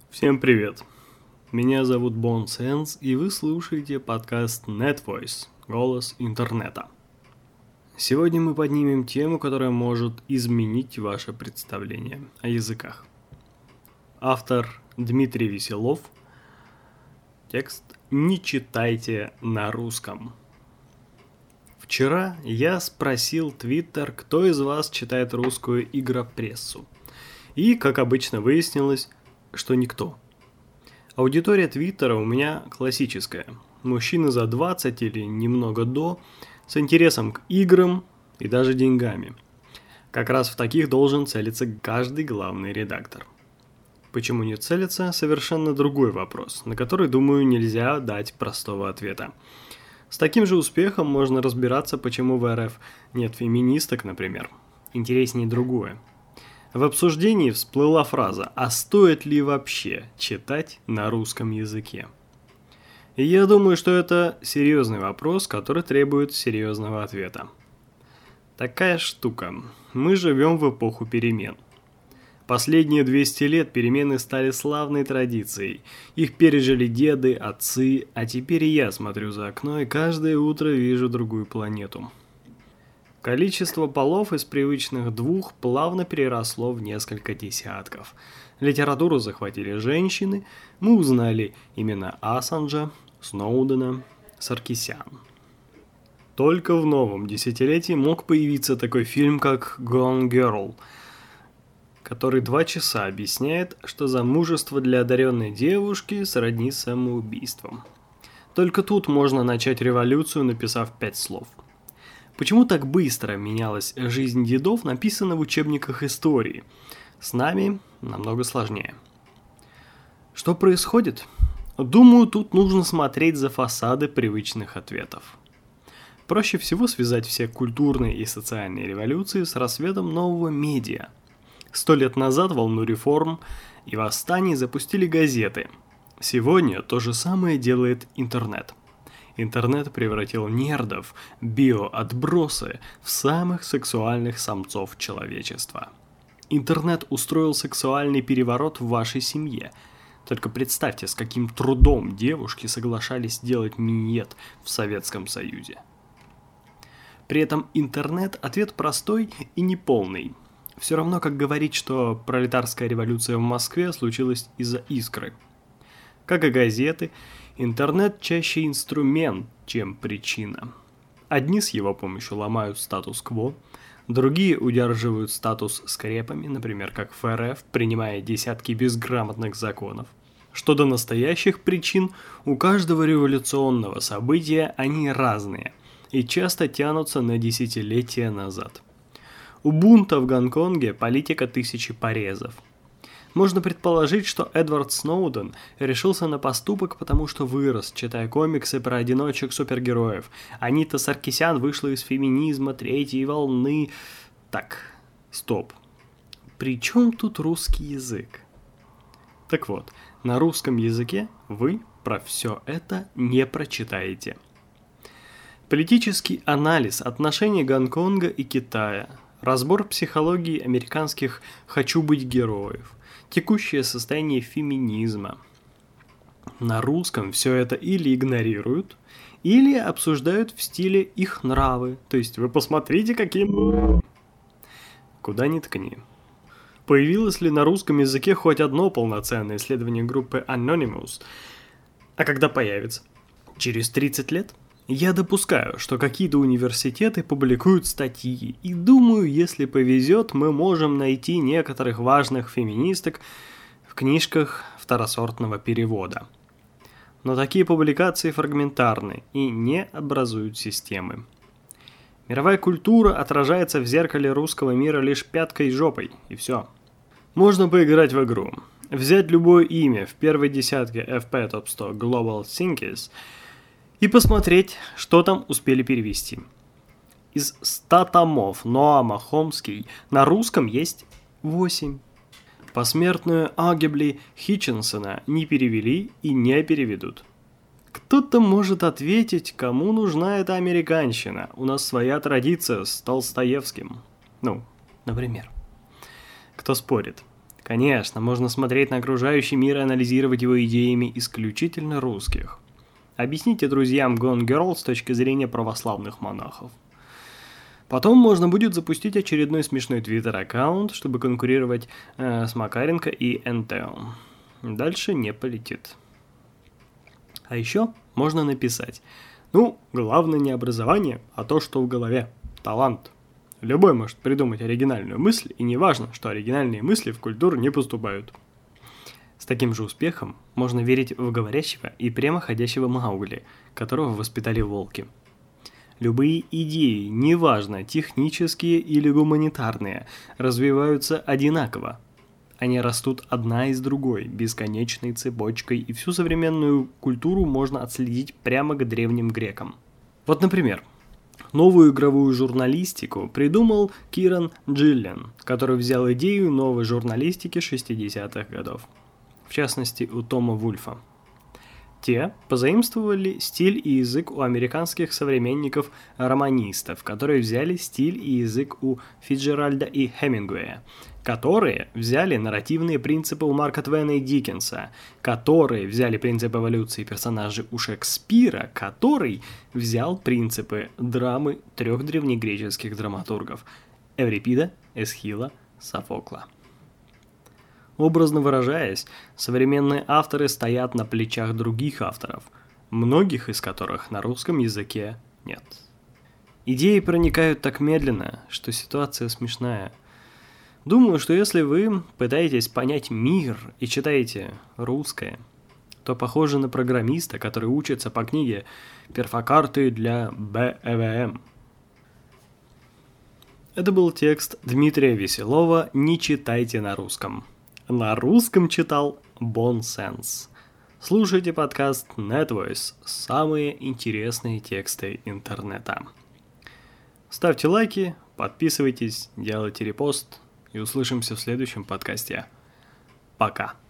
Всем привет! Меня зовут Бон Сенс, и вы слушаете подкаст NetVoice – голос интернета. Сегодня мы поднимем тему, которая может изменить ваше представление о языках. Автор Дмитрий Веселов. Текст «Не читайте на русском». Вчера я спросил Twitter, кто из вас читает русскую игропрессу. И, как обычно, выяснилось, что никто. Аудитория Твиттера у меня классическая. Мужчины за 20 или немного до, с интересом к играм и даже деньгами. Как раз в таких должен целиться каждый главный редактор. Почему не целится – совершенно другой вопрос, на который, думаю, нельзя дать простого ответа. С таким же успехом можно разбираться, почему в РФ нет феминисток, например. Интереснее другое. В обсуждении всплыла фраза «А стоит ли вообще читать на русском языке?». И я думаю, что это серьезный вопрос, который требует серьезного ответа. Такая штука. Мы живем в эпоху перемен. Последние 200 лет перемены стали славной традицией. Их пережили деды, отцы, а теперь и я смотрю за окно и каждое утро вижу другую планету. Количество полов из привычных 2 плавно переросло в несколько десятков. Литературу захватили женщины, мы узнали имена Ассанжа, Сноудена, Саркисян. Только в новом десятилетии мог появиться такой фильм, как Gone Girl, который 2 часа объясняет, что замужество для одаренной девушки сродни самоубийством. Только тут можно начать революцию, написав 5 слов. Почему так быстро менялась жизнь дедов, написано в учебниках истории. С нами намного сложнее. Что происходит? Думаю, тут нужно смотреть за фасады привычных ответов. Проще всего связать все культурные и социальные революции с рассветом нового медиа. 100 лет назад волну реформ и восстаний запустили газеты. Сегодня то же самое делает интернет. Интернет превратил нердов, биоотбросы, в самых сексуальных самцов человечества. Интернет устроил сексуальный переворот в вашей семье. Только представьте, с каким трудом девушки соглашались делать миньет в Советском Союзе. При этом интернет – ответ простой и неполный. Все равно, как говорить, что пролетарская революция в Москве случилась из-за искры. Как и газеты, интернет чаще инструмент, чем причина. Одни с его помощью ломают статус-кво, другие удерживают статус скрепами, например, как в РФ, принимая десятки безграмотных законов. Что до настоящих причин, у каждого революционного события они разные и часто тянутся на десятилетия назад. У бунта в Гонконге политика 1000 порезов. Можно предположить, что Эдвард Сноуден решился на поступок, потому что вырос, читая комиксы про одиночек-супергероев. Анита Саркисян вышла из феминизма 3-й волны. Так, стоп. При чем тут русский язык? Так вот, на русском языке вы про все это не прочитаете. Политический анализ отношений Гонконга и Китая, разбор психологии американских «хочу быть героев», текущее состояние феминизма. На русском все это или игнорируют, или обсуждают в стиле их нравы. То есть вы посмотрите, каким... Куда ни ткни. Появилось ли на русском языке хоть одно полноценное исследование группы Anonymous? А когда появится? Через 30 лет? Я допускаю, что какие-то университеты публикуют статьи, и думаю, если повезет, мы можем найти некоторых важных феминисток в книжках второсортного перевода. Но такие публикации фрагментарны и не образуют системы. Мировая культура отражается в зеркале русского мира лишь пяткой и жопой, и все. Можно поиграть в игру, взять любое имя в первой десятке FP Top 100 Global Thinkers и посмотреть, что там успели перевести. Из 100 томов Ноама Хомский на русском есть 8. Посмертную Агебли Хитчинсона не перевели и не переведут. Кто-то может ответить, кому нужна эта американщина. У нас своя традиция с Толстоевским. Ну, например. Кто спорит? Конечно, можно смотреть на окружающий мир и анализировать его идеями исключительно русских. Объясните друзьям Gone Girl с точки зрения православных монахов. Потом можно будет запустить очередной смешной твиттер-аккаунт, чтобы конкурировать с Макаренко и НТО. Дальше не полетит. А еще можно написать: главное не образование, а то, что в голове. Талант. Любой может придумать оригинальную мысль, и не важно, что оригинальные мысли в культуру не поступают. С таким же успехом можно верить в говорящего и прямоходящего Маугли, которого воспитали волки. Любые идеи, неважно, технические или гуманитарные, развиваются одинаково. Они растут одна из другой, бесконечной цепочкой, и всю современную культуру можно отследить прямо к древним грекам. Вот, например, новую игровую журналистику придумал Киран Джиллен, который взял идею новой журналистики 60-х годов. В частности, у Тома Вульфа. Те позаимствовали стиль и язык у американских современников-романистов, которые взяли стиль и язык у Фицджеральда и Хемингуэя, которые взяли нарративные принципы у Марка Твена и Диккенса, которые взяли принцип эволюции персонажей у Шекспира, который взял принципы драмы 3 древнегреческих драматургов – Эврипида, Эсхила, Софокла. Образно выражаясь, современные авторы стоят на плечах других авторов, многих из которых на русском языке нет. Идеи проникают так медленно, что ситуация смешная. Думаю, что если вы пытаетесь понять мир и читаете русское, то похоже на программиста, который учится по книге «Перфокарты для БЭВМ». Это был текст Дмитрия Веселова «Не читайте на русском». На русском читал Бонсенс. Слушайте подкаст NetVoice, самые интересные тексты интернета. Ставьте лайки, подписывайтесь, делайте репост и услышимся в следующем подкасте. Пока.